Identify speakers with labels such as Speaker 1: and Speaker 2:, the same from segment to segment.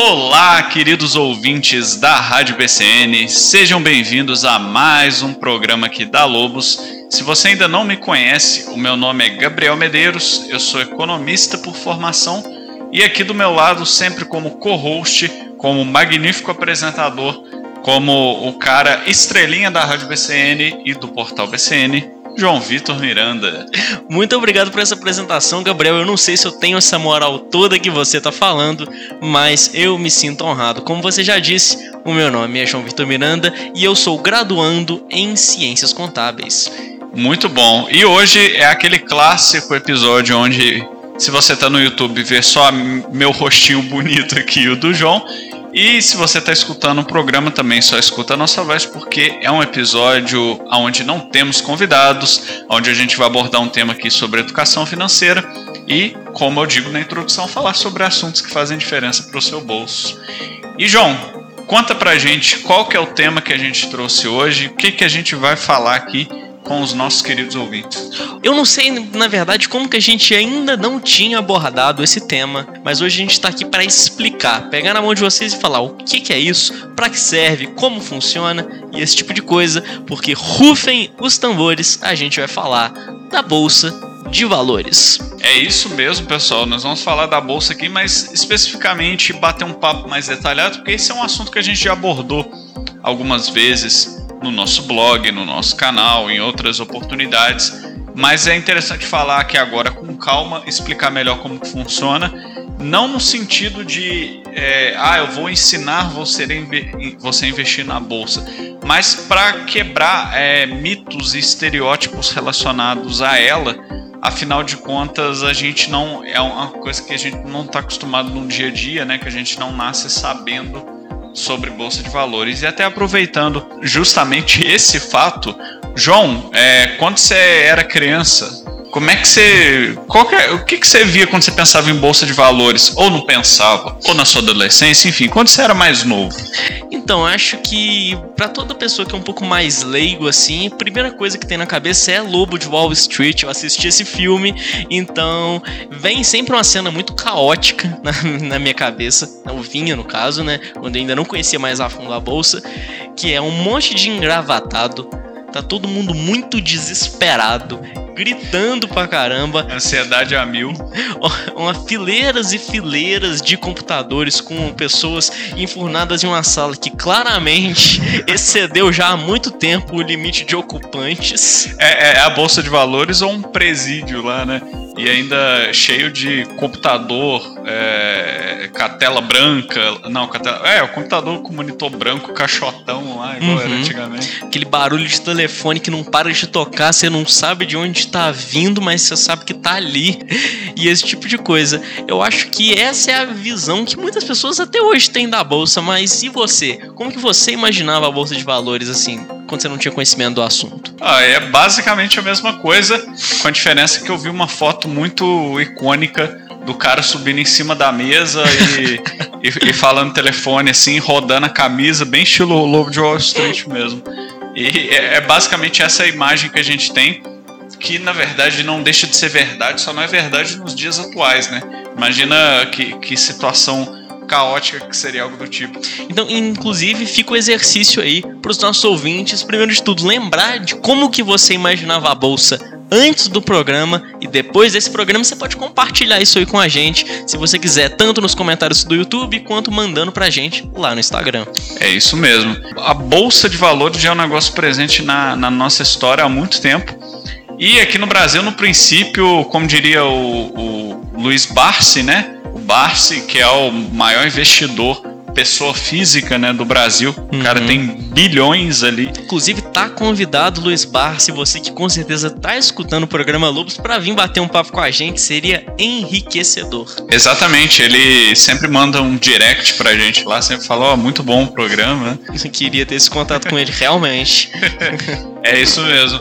Speaker 1: Olá, queridos ouvintes da Rádio BCN, sejam bem-vindos a mais um programa aqui da Lobos. Se você ainda não me conhece, o meu nome é Gabriel Medeiros, eu sou economista por formação e aqui do meu lado, sempre como co-host, como magnífico apresentador, como o cara estrelinha da Rádio BCN e do portal BCN, João Vitor Miranda.
Speaker 2: Muito obrigado por essa apresentação, Gabriel. Eu não sei se eu tenho essa moral toda que você está falando, mas eu me sinto honrado. Como você já disse, o meu nome é João Vitor Miranda e eu sou graduando em Ciências Contábeis.
Speaker 1: Muito bom. E hoje é aquele clássico episódio onde, se você está no YouTube, vê só meu rostinho bonito aqui e o do João. E se você está escutando o programa também, só escuta a nossa voz, porque é um episódio onde não temos convidados, onde a gente vai abordar um tema aqui sobre educação financeira e, como eu digo na introdução, falar sobre assuntos que fazem diferença para o seu bolso. E João, conta pra gente qual que é o tema que a gente trouxe hoje, o que a gente vai falar aqui com os nossos queridos ouvintes.
Speaker 2: Eu não sei, na verdade, como que a gente ainda não tinha abordado esse tema, mas hoje a gente está aqui para explicar, pegar na mão de vocês e falar o que é isso, para que serve, como funciona e esse tipo de coisa, porque rufem os tambores, a gente vai falar da Bolsa de Valores.
Speaker 1: É isso mesmo, pessoal, nós vamos falar da Bolsa aqui, mas especificamente bater um papo mais detalhado, porque esse é um assunto que a gente já abordou algumas vezes no nosso blog, no nosso canal, em outras oportunidades, mas é interessante falar aqui agora com calma, explicar melhor como que funciona, não no sentido de eu vou ensinar você a investir na bolsa, mas para quebrar mitos e estereótipos relacionados a ela. Afinal de contas, a gente não é uma coisa que a gente não está acostumado no dia a dia, né? Que a gente não nasce sabendo sobre Bolsa de Valores. E até aproveitando justamente esse fato, João, quando você era criança, como é que você... o que você via quando você pensava em Bolsa de Valores? Ou não pensava? Ou na sua adolescência? Enfim, quando você era mais novo?
Speaker 2: Então, acho que para toda pessoa que é um pouco mais leigo assim, a primeira coisa que tem na cabeça é Lobo de Wall Street. Eu assisti esse filme, então vem sempre uma cena muito caótica na minha cabeça, ou vinha no caso, né, quando eu ainda não conhecia mais a fundo a bolsa, que é um monte de engravatado, tá todo mundo muito desesperado, gritando pra caramba.
Speaker 1: Ansiedade a mil.
Speaker 2: Fileiras e fileiras de computadores com pessoas enfurnadas em uma sala que claramente excedeu já há muito tempo o limite de ocupantes.
Speaker 1: É a Bolsa de Valores ou um presídio lá, né? E ainda cheio de computador, com a tela branca. Não, o computador com monitor branco, caixotão lá, igual era antigamente.
Speaker 2: Aquele barulho de telefone que não para de tocar, você não sabe de onde tá vindo, mas você sabe que tá ali. E esse tipo de coisa. Eu acho que essa é a visão que muitas pessoas até hoje têm da Bolsa, mas e você? Como que você imaginava a Bolsa de Valores assim, quando você não tinha conhecimento do assunto?
Speaker 1: É basicamente a mesma coisa, com a diferença que eu vi uma foto muito icônica do cara subindo em cima da mesa e falando telefone assim, rodando a camisa, bem estilo Lobo de Wall Street mesmo. E é basicamente essa imagem que a gente tem, que na verdade não deixa de ser verdade, só não é verdade nos dias atuais, né? Imagina que situação caótica que seria algo do tipo.
Speaker 2: Então, inclusive, fica o exercício aí para os nossos ouvintes, primeiro de tudo, lembrar de como que você imaginava a Bolsa antes do programa, e depois desse programa você pode compartilhar isso aí com a gente, se você quiser, tanto nos comentários do YouTube, quanto mandando pra gente lá no Instagram.
Speaker 1: É isso mesmo. A Bolsa de Valores já é um negócio presente na nossa história há muito tempo. E aqui no Brasil, no princípio, como diria o Luiz Barsi, né? O Barsi, que é o maior investidor, pessoa física, né, do Brasil. O cara tem bilhões ali.
Speaker 2: Inclusive, tá convidado, Luiz Barsi, você que com certeza tá escutando o programa Lobos, pra vir bater um papo com a gente, seria enriquecedor.
Speaker 1: Exatamente, ele sempre manda um direct pra gente lá, sempre fala, muito bom o programa.
Speaker 2: Eu queria ter esse contato com ele, realmente.
Speaker 1: É isso mesmo.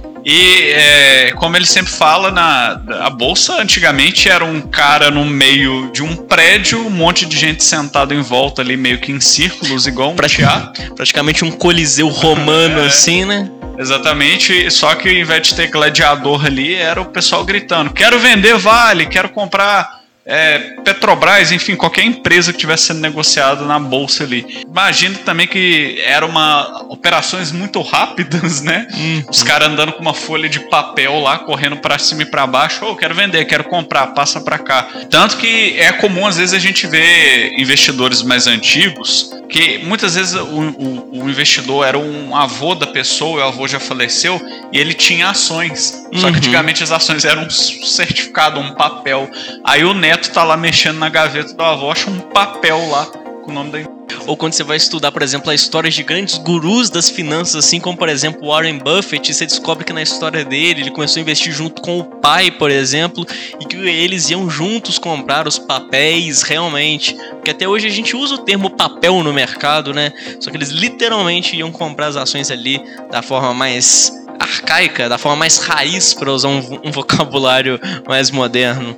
Speaker 1: E como ele sempre fala, a bolsa antigamente era um cara no meio de um prédio, um monte de gente sentada em volta ali, meio que em círculos, igual um teatro.
Speaker 2: Praticamente um coliseu romano, assim, né?
Speaker 1: Exatamente, só que ao invés de ter gladiador ali, era o pessoal gritando, quero vender Vale, quero comprar Petrobras, enfim, qualquer empresa que estivesse sendo negociada na bolsa ali. Imagino também que eram operações muito rápidas, né? Os caras andando com uma folha de papel lá, correndo para cima e para baixo. Quero vender, quero comprar, passa para cá. Tanto que é comum, às vezes, a gente ver investidores mais antigos, que muitas vezes o investidor era um avô da pessoa, o avô já faleceu, e ele tinha ações. Só que antigamente as ações eram um certificado, um papel. Aí o neto tá lá mexendo na gaveta do avô, acha um papel lá com o nome da empresa.
Speaker 2: Ou quando você vai estudar, por exemplo, a história de grandes gurus das finanças, assim como, por exemplo, Warren Buffett, você descobre que na história dele, ele começou a investir junto com o pai, por exemplo, e que eles iam juntos comprar os papéis realmente. Porque até hoje a gente usa o termo papel no mercado, né? Só que eles literalmente iam comprar as ações ali da forma mais arcaica, da forma mais raiz, para usar um vocabulário mais moderno.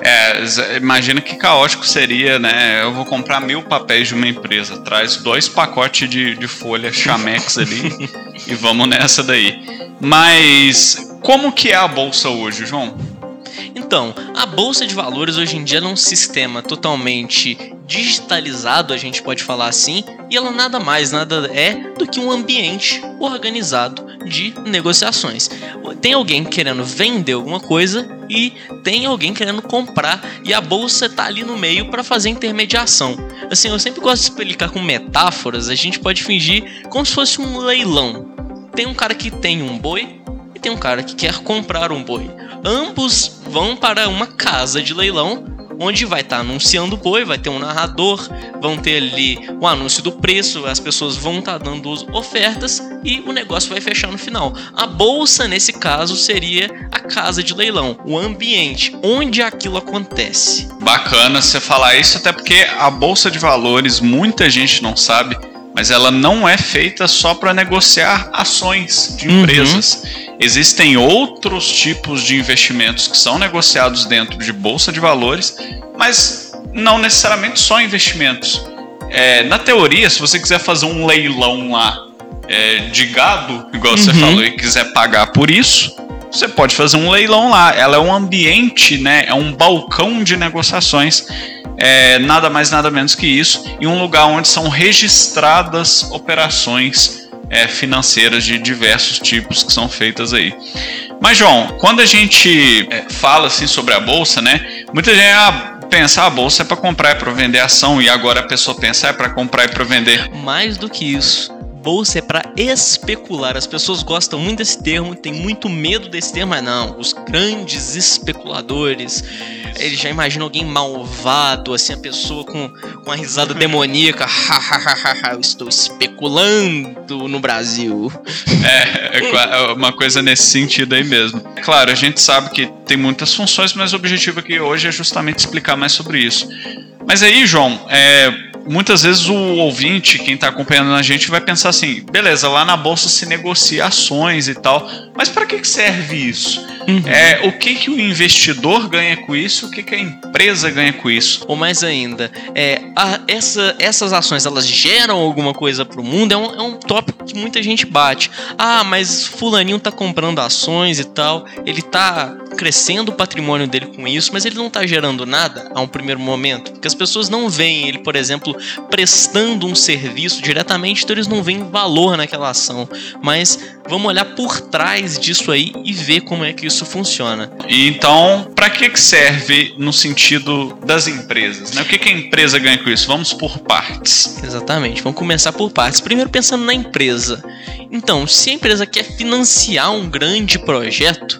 Speaker 1: Imagina que caótico seria, né? Eu vou comprar 1000 papéis de uma empresa, traz 2 pacotes de folha Chamex ali e vamos nessa daí. Mas como que é a bolsa hoje, João?
Speaker 2: Então, a Bolsa de Valores hoje em dia é um sistema totalmente digitalizado, a gente pode falar assim, e ela nada mais, nada é do que um ambiente organizado de negociações. Tem alguém querendo vender alguma coisa e tem alguém querendo comprar, e a bolsa está ali no meio para fazer intermediação. Assim, eu sempre gosto de explicar com metáforas, a gente pode fingir como se fosse um leilão. Tem um cara que tem um boi e tem um cara que quer comprar um boi. Ambos vão para uma casa de leilão, onde vai estar anunciando o boi, vai ter um narrador, vão ter ali o anúncio do preço, as pessoas vão estar dando ofertas e o negócio vai fechar no final. A bolsa, nesse caso, seria a casa de leilão, o ambiente onde aquilo acontece.
Speaker 1: Bacana você falar isso, até porque a bolsa de valores, muita gente não sabe, mas ela não é feita só para negociar ações de empresas. Existem outros tipos de investimentos que são negociados dentro de bolsa de valores, mas não necessariamente só investimentos. Na teoria, se você quiser fazer um leilão lá de gado, igual você falou, e quiser pagar por isso, você pode fazer um leilão lá. Ela é um ambiente, né? É um balcão de negociações. Nada mais, nada menos que isso, em um lugar onde são registradas operações financeiras de diversos tipos que são feitas aí. Mas, João, quando a gente fala assim sobre a bolsa, né, muita gente pensa a bolsa é para comprar e para vender ação, e agora a pessoa pensa para comprar e para vender.
Speaker 2: Mais do que isso, bolsa é para especular. As pessoas gostam muito desse termo, tem muito medo desse termo, mas não, os grandes especuladores, eles já imaginam alguém malvado, assim, a pessoa com uma risada demoníaca, eu estou especulando no Brasil.
Speaker 1: É uma coisa nesse sentido aí mesmo. Claro, a gente sabe que tem muitas funções, mas o objetivo aqui hoje é justamente explicar mais sobre isso. Mas aí, João, muitas vezes o ouvinte, quem está acompanhando a gente, vai pensar assim, beleza, lá na bolsa se negocia ações e tal, mas para que serve isso? O que o investidor ganha com isso? O que a empresa ganha com isso?
Speaker 2: Ou mais ainda, essas ações, elas geram alguma coisa para o mundo? É um tópico que muita gente bate. Mas fulaninho está comprando ações e tal, ele está crescendo o patrimônio dele com isso, mas ele não está gerando nada a um primeiro momento, porque as pessoas não veem ele, por exemplo, prestando um serviço diretamente, então eles não veem valor naquela ação. Mas vamos olhar por trás disso aí e ver como é que isso funciona.
Speaker 1: Então, para que serve no sentido das empresas, né? O que a empresa ganha com isso? Vamos por partes.
Speaker 2: Exatamente, vamos começar por partes. Primeiro pensando na empresa. Então, se a empresa quer financiar um grande projeto,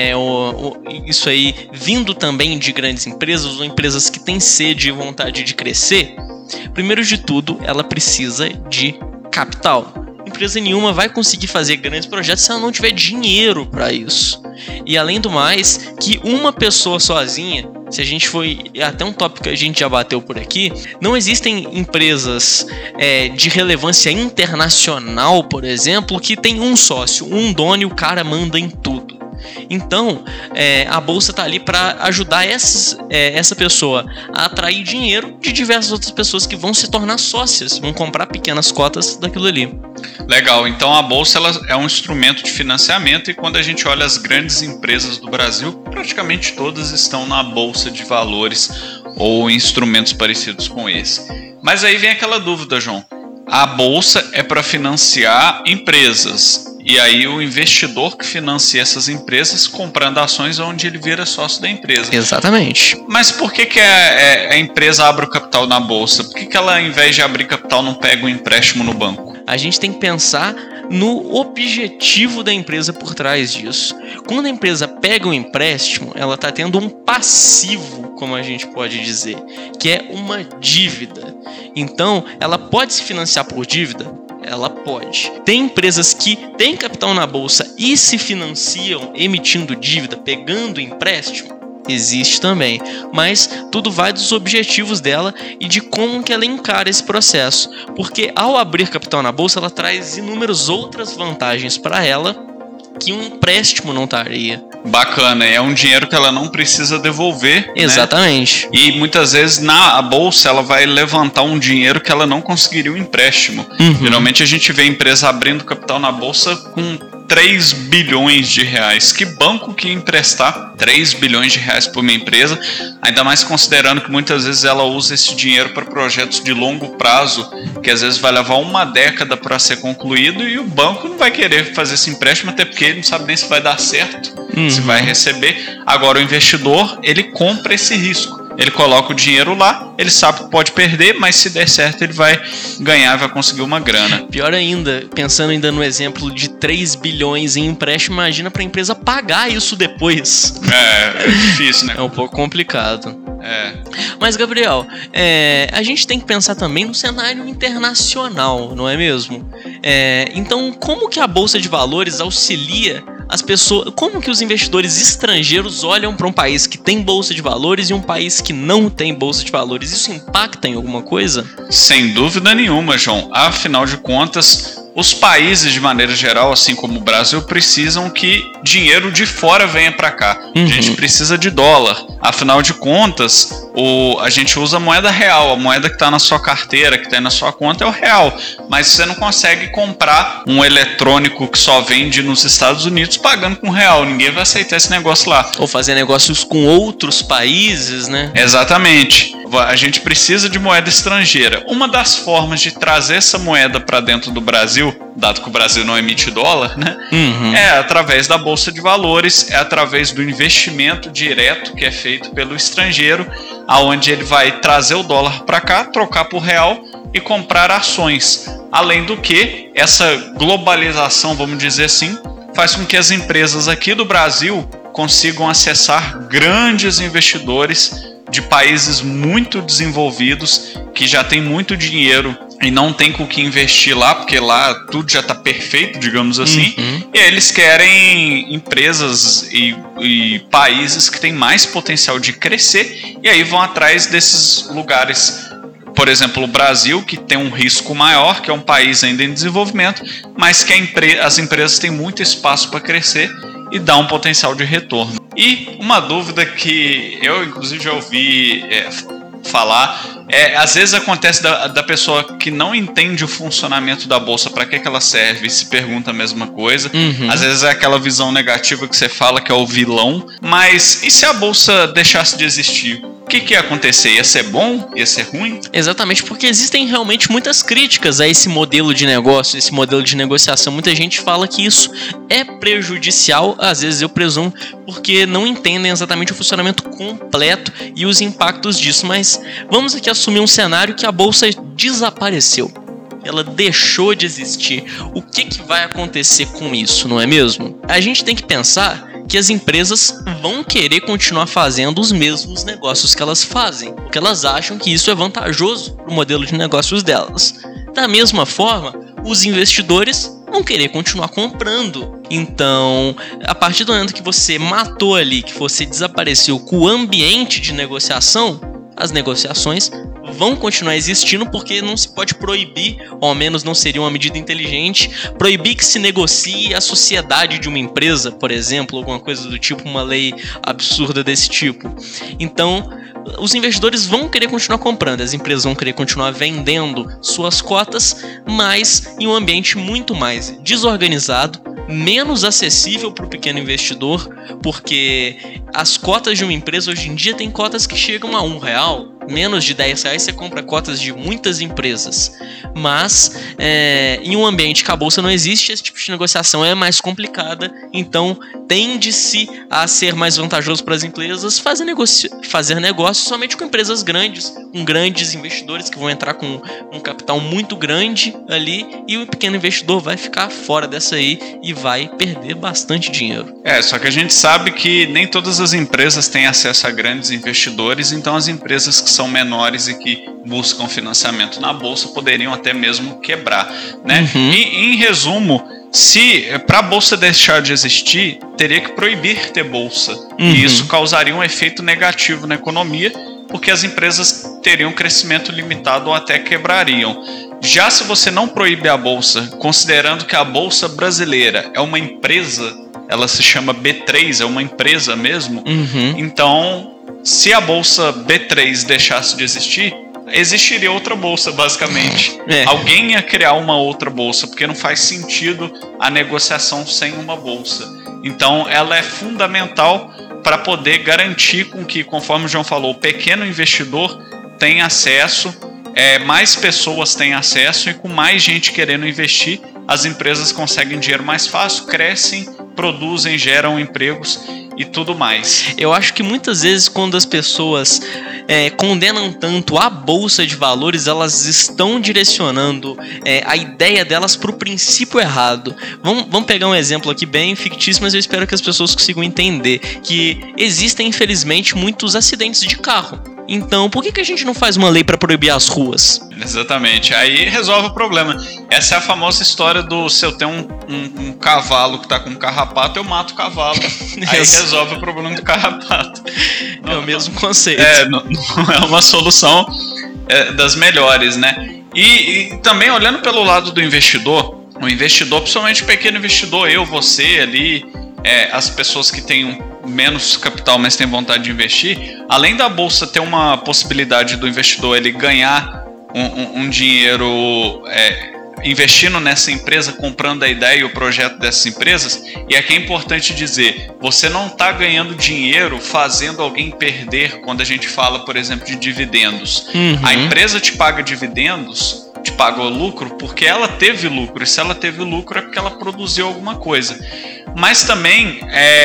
Speaker 2: isso aí vindo também de grandes empresas ou empresas que têm sede e vontade de crescer, primeiro de tudo, ela precisa de capital. Empresa nenhuma vai conseguir fazer grandes projetos se ela não tiver dinheiro para isso. E além do mais, que uma pessoa sozinha, se a gente foi até um tópico que a gente já bateu por aqui, não existem empresas de relevância internacional, por exemplo, que tem um sócio, um dono e o cara manda em tudo. Então, a bolsa está ali para ajudar essa pessoa a atrair dinheiro de diversas outras pessoas que vão se tornar sócias, vão comprar pequenas cotas daquilo ali.
Speaker 1: Legal, então a bolsa ela é um instrumento de financiamento, e quando a gente olha as grandes empresas do Brasil, praticamente todas estão na bolsa de valores ou instrumentos parecidos com esse. Mas aí vem aquela dúvida, João. A bolsa é para financiar empresas, e aí o investidor que financia essas empresas comprando ações onde ele vira sócio da empresa.
Speaker 2: Exatamente.
Speaker 1: Mas por que a empresa abre o capital na bolsa? Por que ela, ao invés de abrir capital, não pega um empréstimo no banco?
Speaker 2: A gente tem que pensar no objetivo da empresa por trás disso. Quando a empresa pega um empréstimo, ela está tendo um passivo, como a gente pode dizer, que é uma dívida. Então, ela pode se financiar por dívida? Ela pode. Tem empresas que têm capital na bolsa e se financiam emitindo dívida, pegando empréstimo? Existe também, mas tudo vai dos objetivos dela e de como que ela encara esse processo, porque ao abrir capital na bolsa, ela traz inúmeras outras vantagens para ela que um empréstimo não traria.
Speaker 1: Bacana, é um dinheiro que ela não precisa devolver.
Speaker 2: Exatamente.
Speaker 1: Né? E muitas vezes na bolsa ela vai levantar um dinheiro que ela não conseguiria um empréstimo. Geralmente a gente vê a empresa abrindo capital na bolsa com 3 bilhões de reais. Que banco que ia emprestar 3 bilhões de reais para uma empresa? Ainda mais considerando que muitas vezes ela usa esse dinheiro para projetos de longo prazo, que às vezes vai levar uma década para ser concluído, e o banco não vai querer fazer esse empréstimo, até porque ele não sabe nem se vai dar certo, se vai receber. Agora o investidor, ele compra esse risco. Ele coloca o dinheiro lá, ele sabe que pode perder, mas se der certo ele vai ganhar, vai conseguir uma grana.
Speaker 2: Pior ainda, pensando ainda no exemplo de 3 bilhões em empréstimo, imagina para a empresa pagar isso depois.
Speaker 1: É difícil, né?
Speaker 2: É um pouco complicado. Mas, Gabriel, a gente tem que pensar também no cenário internacional, não é mesmo? Então, como que a Bolsa de Valores auxilia as pessoas, como que os investidores estrangeiros olham para um país que tem bolsa de valores e um país que não tem bolsa de valores? Isso impacta em alguma coisa?
Speaker 1: Sem dúvida nenhuma, João. Afinal de contas, os países, de maneira geral, assim como o Brasil, precisam que dinheiro de fora venha para cá. A gente precisa de dólar. Afinal de contas, a gente usa a moeda real. A moeda que está na sua carteira, que está na sua conta, é o real. Mas você não consegue comprar um eletrônico que só vende nos Estados Unidos pagando com real. Ninguém vai aceitar esse negócio lá.
Speaker 2: Ou fazer negócios com outros países, né?
Speaker 1: Exatamente. A gente precisa de moeda estrangeira. Uma das formas de trazer essa moeda para dentro do Brasil, dado que o Brasil não emite dólar, né? É através da Bolsa de Valores, é através do investimento direto que é feito pelo estrangeiro, aonde ele vai trazer o dólar para cá, trocar por real e comprar ações. Além do que, essa globalização, vamos dizer assim, faz com que as empresas aqui do Brasil consigam acessar grandes investidores de países muito desenvolvidos, que já tem muito dinheiro e não tem com o que investir lá, porque lá tudo já está perfeito, digamos assim, e eles querem empresas e países que têm mais potencial de crescer, e aí vão atrás desses lugares. Por exemplo, o Brasil, que tem um risco maior, que é um país ainda em desenvolvimento, mas que as empresas têm muito espaço para crescer e dá um potencial de retorno. E uma dúvida que eu, inclusive, já ouvi falar, às vezes acontece da pessoa que não entende o funcionamento da bolsa, para que ela serve, e se pergunta a mesma coisa. Às vezes é aquela visão negativa que você fala que é o vilão, mas e se a bolsa deixasse de existir? O que ia acontecer? Ia ser bom? Ia ser ruim?
Speaker 2: Exatamente, porque existem realmente muitas críticas a esse modelo de negócio, esse modelo de negociação. Muita gente fala que isso é prejudicial, às vezes eu presumo, porque não entendem exatamente o funcionamento completo e os impactos disso. Mas vamos aqui assumir um cenário que a bolsa desapareceu. Ela deixou de existir. O que vai acontecer com isso, não é mesmo? A gente tem que pensar que as empresas vão querer continuar fazendo os mesmos negócios que elas fazem, porque elas acham que isso é vantajoso para o modelo de negócios delas. Da mesma forma, os investidores vão querer continuar comprando. Então, a partir do momento que você matou ali, que você desapareceu com o ambiente de negociação, as negociações vão continuar existindo, porque não se pode proibir, ou ao menos não seria uma medida inteligente, proibir que se negocie a sociedade de uma empresa, por exemplo, alguma coisa do tipo, uma lei absurda desse tipo. Então, os investidores vão querer continuar comprando, as empresas vão querer continuar vendendo suas cotas, mas em um ambiente muito mais desorganizado, menos acessível para o pequeno investidor, porque as cotas de uma empresa hoje em dia tem cotas que chegam a R$1, menos de R$10 você compra cotas de muitas empresas, mas em um ambiente que a bolsa não existe, esse tipo de negociação é mais complicada, então tende-se a ser mais vantajoso para as empresas fazer negócio somente com empresas grandes, com grandes investidores que vão entrar com um capital muito grande ali, e o pequeno investidor vai ficar fora dessa aí e vai perder bastante dinheiro.
Speaker 1: Só que a gente sabe que nem todas as empresas têm acesso a grandes investidores, então as empresas que são menores e que buscam financiamento na bolsa poderiam até mesmo quebrar, né? E, em resumo, se para a bolsa deixar de existir, teria que proibir ter bolsa, e isso causaria um efeito negativo na economia, porque as empresas teriam crescimento limitado ou até quebrariam. Já se você não proíbe a bolsa, considerando que a bolsa brasileira é uma empresa, ela se chama B3, é uma empresa mesmo, então se a bolsa B3 deixasse de existir, existiria outra bolsa, basicamente. Alguém ia criar uma outra bolsa, porque não faz sentido a negociação sem uma bolsa. Então ela é fundamental para poder garantir com que, conforme o João falou, o pequeno investidor tenha acesso, mais pessoas têm acesso, e com mais gente querendo investir, as empresas conseguem dinheiro mais fácil, crescem, produzem, geram empregos e tudo mais.
Speaker 2: Eu acho que muitas vezes, quando as pessoas condenam tanto a bolsa de valores, elas estão direcionando a ideia delas para o princípio errado. Vamos pegar um exemplo aqui bem fictício, mas eu espero que as pessoas consigam entender que existem, infelizmente, muitos acidentes de carro. Então, por que a gente não faz uma lei para proibir as ruas?
Speaker 1: Exatamente, aí resolve o problema. Essa é a famosa história do: se eu tenho um cavalo que está com um carrapato, eu mato o cavalo. Aí resolve o problema do carrapato.
Speaker 2: É o mesmo conceito.
Speaker 1: Não é uma solução das melhores, né? E também, olhando pelo lado do investidor, o investidor, principalmente o pequeno investidor, eu, você ali, as pessoas que têm menos capital, mas têm vontade de investir, além da bolsa ter uma possibilidade do investidor ele ganhar um dinheiro investindo nessa empresa, comprando a ideia e o projeto dessas empresas, e aqui é importante dizer, você não está ganhando dinheiro fazendo alguém perder quando a gente fala, por exemplo, de dividendos. A empresa te paga dividendos, te paga o lucro porque ela teve lucro, e se ela teve lucro é porque ela produziu alguma coisa. Mas também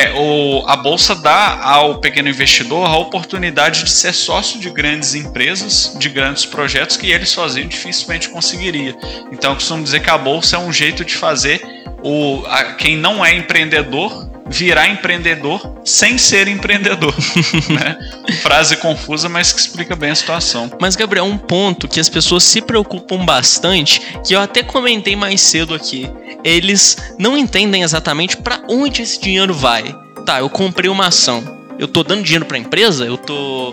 Speaker 1: a bolsa dá ao pequeno investidor a oportunidade de ser sócio de grandes empresas, de grandes projetos que ele sozinho dificilmente conseguiria. Então eu costumo dizer que a bolsa é um jeito de fazer quem não é empreendedor virar empreendedor sem ser empreendedor. Né? Frase confusa, mas que explica bem a situação.
Speaker 2: Mas, Gabriel, um ponto que as pessoas se preocupam bastante, que eu até comentei mais cedo aqui, eles não entendem exatamente para onde esse dinheiro vai. Tá, eu comprei uma ação, eu tô dando dinheiro para a empresa, eu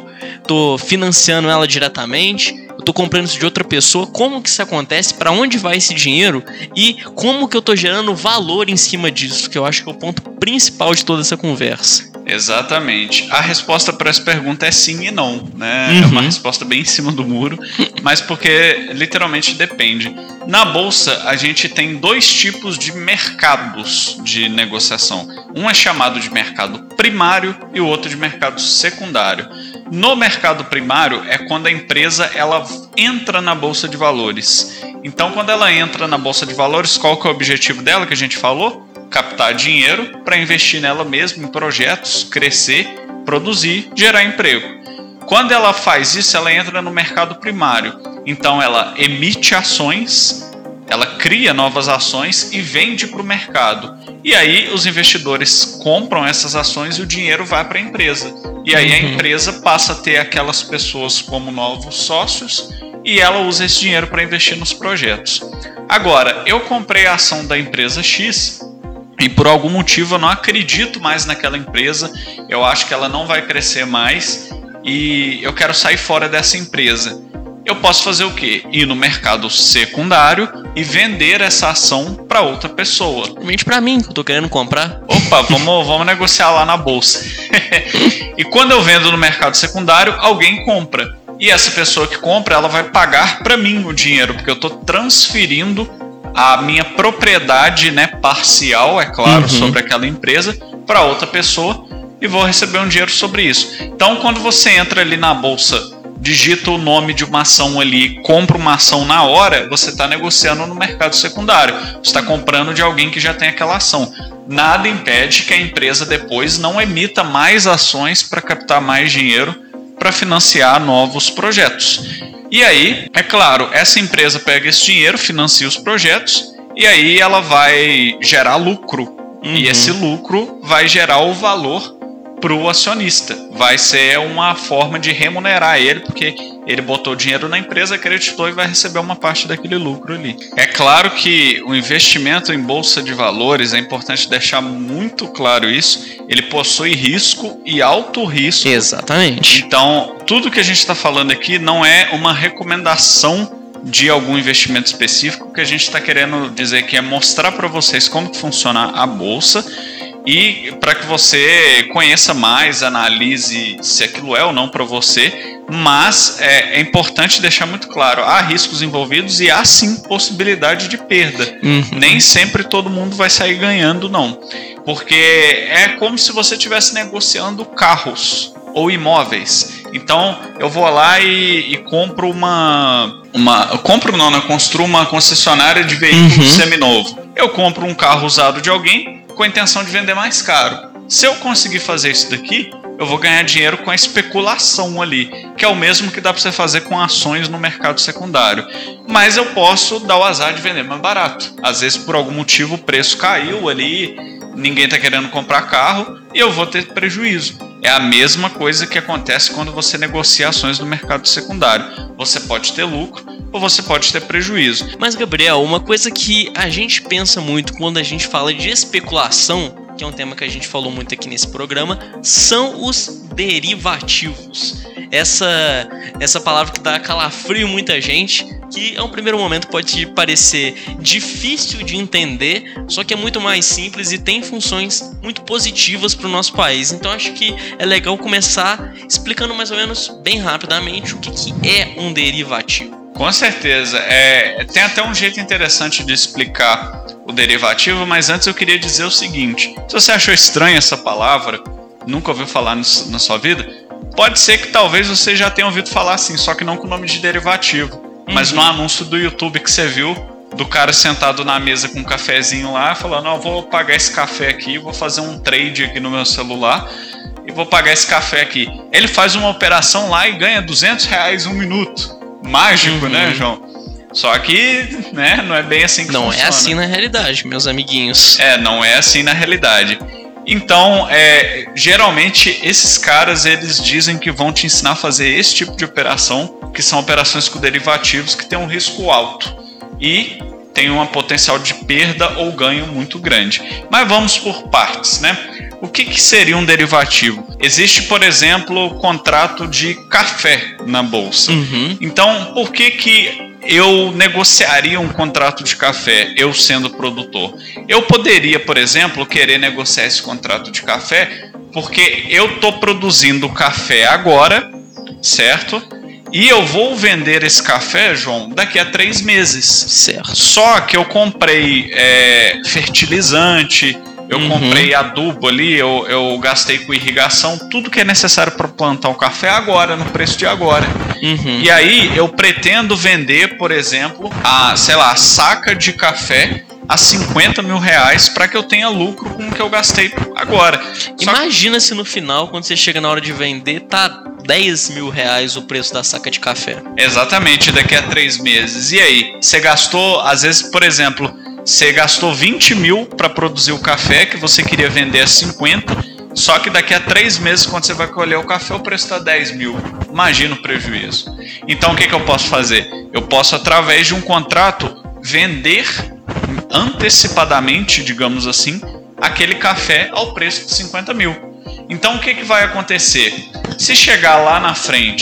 Speaker 2: tô financiando ela diretamente, eu tô comprando isso de outra pessoa, como que isso acontece, para onde vai esse dinheiro e como que eu tô gerando valor em cima disso, que eu acho que é o ponto principal de toda essa conversa.
Speaker 1: Exatamente. A resposta para essa pergunta é sim e não, né? É uma resposta bem em cima do muro, mas porque literalmente depende. Na bolsa, a gente tem dois tipos de mercados de negociação. Um é chamado de mercado primário e o outro de mercado secundário. No mercado primário é quando a empresa ela entra na bolsa de valores. Então, quando ela entra na bolsa de valores, qual que é o objetivo dela que a gente falou? Captar dinheiro para investir nela mesma, em projetos, crescer, produzir, gerar emprego. Quando ela faz isso, ela entra no mercado primário. Então ela emite ações, ela cria novas ações e vende para o mercado. E aí os investidores compram essas ações e o dinheiro vai para a empresa. E aí a empresa passa a ter aquelas pessoas como novos sócios e ela usa esse dinheiro para investir nos projetos. Agora, eu comprei a ação da empresa X e por algum motivo eu não acredito mais naquela empresa, eu acho que ela não vai crescer mais e eu quero sair fora dessa empresa. eu posso fazer o quê? Ir no mercado secundário e vender essa ação para outra pessoa.
Speaker 2: Principalmente para mim, que eu tô querendo comprar.
Speaker 1: Opa, vamos negociar lá na bolsa. E quando eu vendo no mercado secundário, alguém compra. E essa pessoa que compra, ela vai pagar para mim o dinheiro, porque eu estou transferindo a minha propriedade, né, parcial, é claro, sobre aquela empresa para outra pessoa e vou receber um dinheiro sobre isso. Então, quando você entra ali na bolsa, digita o nome de uma ação ali, compra uma ação na hora, você está negociando no mercado secundário. Você está comprando de alguém que já tem aquela ação. Nada impede que a empresa depois não emita mais ações para captar mais dinheiro para financiar novos projetos. E aí, é claro, essa empresa pega esse dinheiro, financia os projetos e aí ela vai gerar lucro. E esse lucro vai gerar o valor para o acionista. Vai ser uma forma de remunerar ele, porque ele botou dinheiro na empresa, acreditou e vai receber uma parte daquele lucro ali. É claro que o investimento em bolsa de valores, é importante deixar muito claro isso, ele possui risco e alto risco.
Speaker 2: Exatamente.
Speaker 1: Então, tudo que a gente está falando aqui não é uma recomendação de algum investimento específico. O que a gente está querendo dizer aqui é mostrar para vocês como funciona a bolsa e para que você conheça mais, analise se aquilo é ou não para você, mas é importante deixar muito claro, há riscos envolvidos e há sim possibilidade de perda. Nem sempre todo mundo vai sair ganhando, não, porque é como se você estivesse negociando carros ou imóveis. Então eu vou lá e compro construo uma concessionária de veículo seminovo. Eu compro um carro usado de alguém com a intenção de vender mais caro. Se eu conseguir fazer isso daqui, eu vou ganhar dinheiro com a especulação ali, que é o mesmo que dá para você fazer com ações no mercado secundário. Mas eu posso dar o azar de vender mais barato. Às vezes, por algum motivo, o preço caiu ali, ninguém está querendo comprar carro e eu vou ter prejuízo. É a mesma coisa que acontece quando você negocia ações no mercado secundário. Você pode ter lucro ou você pode ter prejuízo.
Speaker 2: Mas, Gabriel, uma coisa que a gente pensa muito quando a gente fala de especulação, que é um tema que a gente falou muito aqui nesse programa, são os derivativos. Essa palavra que dá calafrio em muita gente, que a um primeiro momento pode parecer difícil de entender, só que é muito mais simples e tem funções muito positivas para o nosso país. Então acho que é legal começar explicando mais ou menos bem rapidamente o que é um derivativo.
Speaker 1: Com certeza. Tem até um jeito interessante de explicar o derivativo, mas antes eu queria dizer o seguinte: se você achou estranha essa palavra, nunca ouviu falar na sua vida, pode ser que talvez você já tenha ouvido falar assim, só que não com o nome de derivativo. Mas no anúncio do YouTube que você viu, do cara sentado na mesa com um cafezinho lá, falando, eu vou pagar esse café aqui, vou fazer um trade aqui no meu celular e vou pagar esse café aqui. Ele faz uma operação lá e ganha R$200 um minuto. Mágico, né, João? Só que, né, não é bem assim que funciona.
Speaker 2: Não é assim na realidade, meus amiguinhos.
Speaker 1: Não é assim na realidade. Então, geralmente, esses caras, eles dizem que vão te ensinar a fazer esse tipo de operação, que são operações com derivativos que têm um risco alto e tem um potencial de perda ou ganho muito grande. Mas vamos por partes, né? O que seria um derivativo? Existe, por exemplo, o contrato de café na bolsa. Então, por que eu negociaria um contrato de café, eu sendo produtor? Eu poderia, por exemplo, querer negociar esse contrato de café porque eu estou produzindo café agora, certo? E eu vou vender esse café, João, daqui a 3 meses.
Speaker 2: Certo.
Speaker 1: Só que eu comprei fertilizante, eu comprei adubo ali, eu gastei com irrigação, tudo que é necessário para plantar um café agora, no preço de agora. E aí eu pretendo vender, por exemplo, a saca de café a R$50 mil para que eu tenha lucro com o que eu gastei agora.
Speaker 2: Imagina se no final, quando você chega na hora de vender, tá R$10 mil o preço da saca de café.
Speaker 1: Exatamente, daqui a 3 meses. E aí? Você gastou, às vezes, por exemplo, você gastou 20 mil para produzir o café que você queria vender a 50, só que daqui a 3 meses, quando você vai colher o café, o preço está 10 mil. Imagina o prejuízo. Então, o que eu posso fazer? Eu posso, através de um contrato, vender antecipadamente, digamos assim, aquele café ao preço de 50 mil. Então, o que vai acontecer? Se chegar lá na frente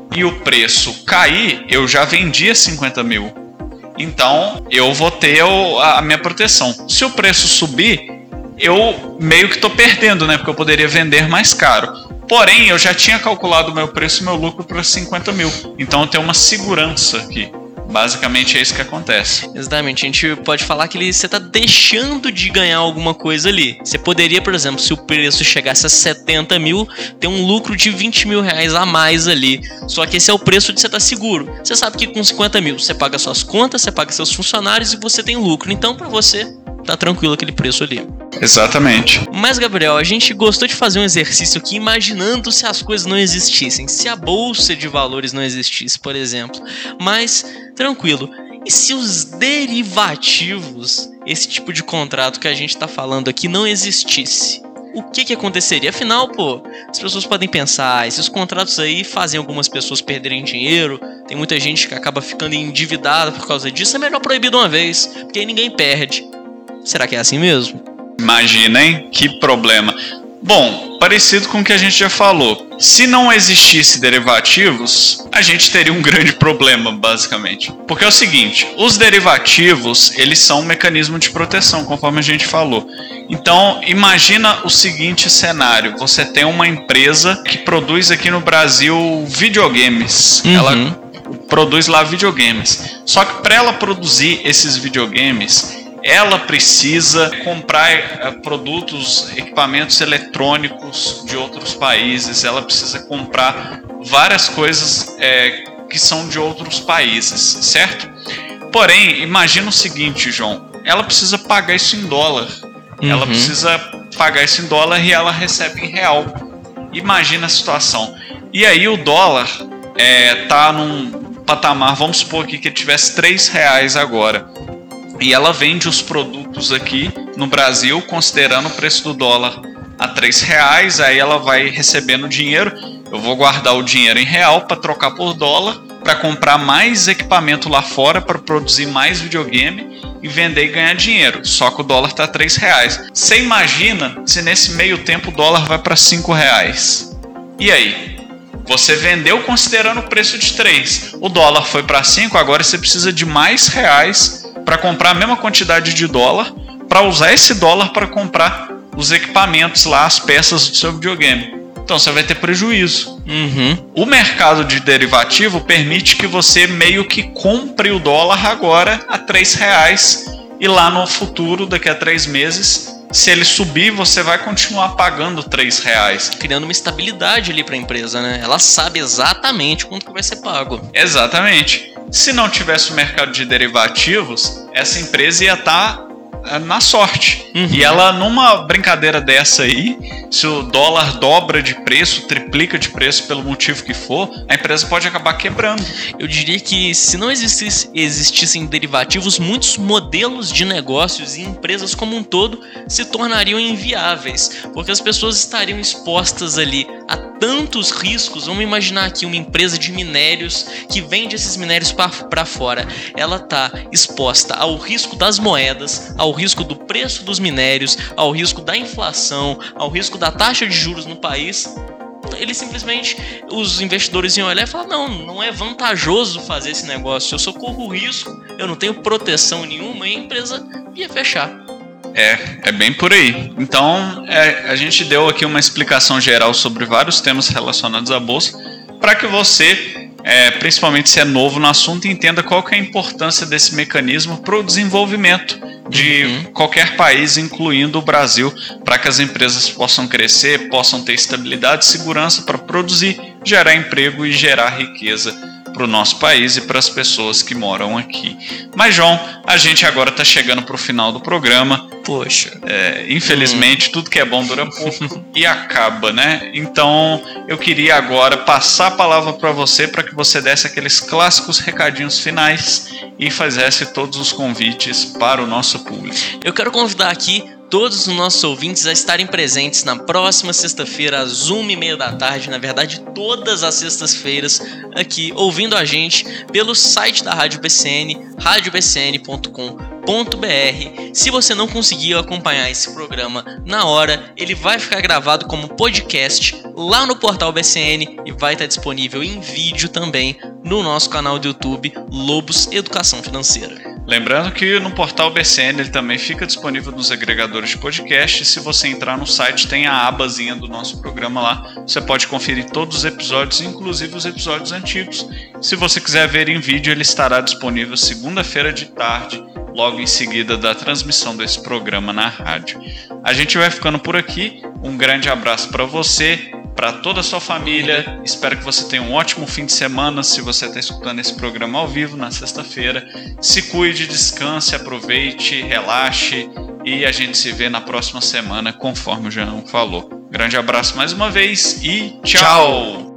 Speaker 1: e o preço cair, eu já vendi a 50 mil. Então, eu vou ter a minha proteção. Se o preço subir, eu meio que estou perdendo, né? Porque eu poderia vender mais caro. Porém, eu já tinha calculado o meu preço e meu lucro para 50 mil. Então, eu tenho uma segurança aqui. Basicamente é isso que acontece.
Speaker 2: Exatamente, a gente pode falar que você está deixando de ganhar alguma coisa ali. Você poderia, por exemplo, se o preço chegasse a 70 mil, ter um lucro de 20 mil reais a mais ali. Só que esse é o preço de você estar seguro. Você sabe que com 50 mil você paga suas contas, você paga seus funcionários e você tem lucro. Então, para você, tá tranquilo aquele preço ali.
Speaker 1: Exatamente.
Speaker 2: Mas, Gabriel, a gente gostou de fazer um exercício aqui imaginando se as coisas não existissem, se a bolsa de valores não existisse, por exemplo. Mas, tranquilo, e se os derivativos, esse tipo de contrato que a gente tá falando aqui, não existisse? O que aconteceria? Afinal, pô, as pessoas podem pensar, esses contratos aí fazem algumas pessoas perderem dinheiro, tem muita gente que acaba ficando endividada por causa disso, é melhor proibir de uma vez, porque aí ninguém perde. Será que é assim mesmo?
Speaker 1: Imagina, hein? Que problema. Bom, parecido com o que a gente já falou. Se não existisse derivativos, a gente teria um grande problema, basicamente. Porque é o seguinte, os derivativos, eles são um mecanismo de proteção, conforme a gente falou. Então, imagina o seguinte cenário. Você tem uma empresa que produz aqui no Brasil videogames. Ela produz lá videogames. Só que para ela produzir esses videogames, ela precisa comprar produtos, equipamentos eletrônicos de outros países, ela precisa comprar várias coisas que são de outros países, certo? Porém, imagina o seguinte, João, ela precisa pagar isso em dólar, ela precisa pagar isso em dólar e ela recebe em real. Imagina a situação. E aí o dólar tá num patamar, vamos supor aqui que ele tivesse R$3 agora. E ela vende os produtos aqui no Brasil, considerando o preço do dólar a R$3, aí ela vai recebendo dinheiro. Eu vou guardar o dinheiro em real para trocar por dólar, para comprar mais equipamento lá fora, para produzir mais videogame e vender e ganhar dinheiro. Só que o dólar está R$3. Você imagina se nesse meio tempo o dólar vai para R$5. E aí? Você vendeu considerando o preço de 3. O dólar foi para 5, agora você precisa de mais reais para comprar a mesma quantidade de dólar, para usar esse dólar para comprar os equipamentos lá, as peças do seu videogame. Então você vai ter prejuízo. O mercado de derivativo permite que você meio que compre o dólar agora a R$3 e lá no futuro, daqui a 3 meses, se ele subir, você vai continuar pagando R$3.
Speaker 2: Criando uma estabilidade ali para a empresa, né? Ela sabe exatamente quanto que vai ser pago.
Speaker 1: Exatamente. Se não tivesse o mercado de derivativos, essa empresa ia estar na sorte. E ela, numa brincadeira dessa aí, se o dólar dobra de preço, triplica de preço pelo motivo que for, a empresa pode acabar quebrando.
Speaker 2: Eu diria que se não existissem derivativos, muitos modelos de negócios e empresas como um todo se tornariam inviáveis, porque as pessoas estariam expostas ali a tantos riscos. Vamos imaginar aqui uma empresa de minérios que vende esses minérios para fora. Ela está exposta ao risco das moedas, ao risco do preço dos minérios, ao risco da inflação, ao risco da taxa de juros no país. Ele simplesmente, os investidores iam olhar e falar, não é vantajoso fazer esse negócio, eu só corro risco, eu não tenho proteção nenhuma, e a empresa ia fechar.
Speaker 1: É bem por aí. Então, a gente deu aqui uma explicação geral sobre vários temas relacionados à bolsa, para que você, principalmente se é novo no assunto, entenda qual que é a importância desse mecanismo para o desenvolvimento de qualquer país, incluindo o Brasil, para que as empresas possam crescer, possam ter estabilidade e segurança para produzir, gerar emprego e gerar riqueza para o nosso país e para as pessoas que moram aqui. Mas, João, a gente agora está chegando para o final do programa.
Speaker 2: Poxa.
Speaker 1: Infelizmente, tudo que é bom dura pouco e acaba, né? Então, eu queria agora passar a palavra para você, para que você desse aqueles clássicos recadinhos finais e fizesse todos os convites para o nosso público.
Speaker 2: Eu quero convidar aqui todos os nossos ouvintes a estarem presentes na próxima sexta-feira às 1h30 da tarde, na verdade todas as sextas-feiras, aqui ouvindo a gente pelo site da Rádio BCN, radiobcn.com.br. Se você não conseguiu acompanhar esse programa na hora, ele vai ficar gravado como podcast lá no portal BCN e vai estar disponível em vídeo também no nosso canal do YouTube Lobos Educação Financeira.
Speaker 1: Lembrando que no portal BCN ele também fica disponível nos agregadores de podcast. Se você entrar no site, tem a abazinha do nosso programa lá. Você pode conferir todos os episódios, inclusive os episódios antigos. Se você quiser ver em vídeo, ele estará disponível segunda-feira de tarde, logo em seguida da transmissão desse programa na rádio. A gente vai ficando por aqui. Um grande abraço para você, para toda a sua família. Espero que você tenha um ótimo fim de semana. Se você está escutando esse programa ao vivo na sexta-feira, se cuide, descanse, aproveite, relaxe e a gente se vê na próxima semana, conforme o Jean falou. Grande abraço mais uma vez e tchau!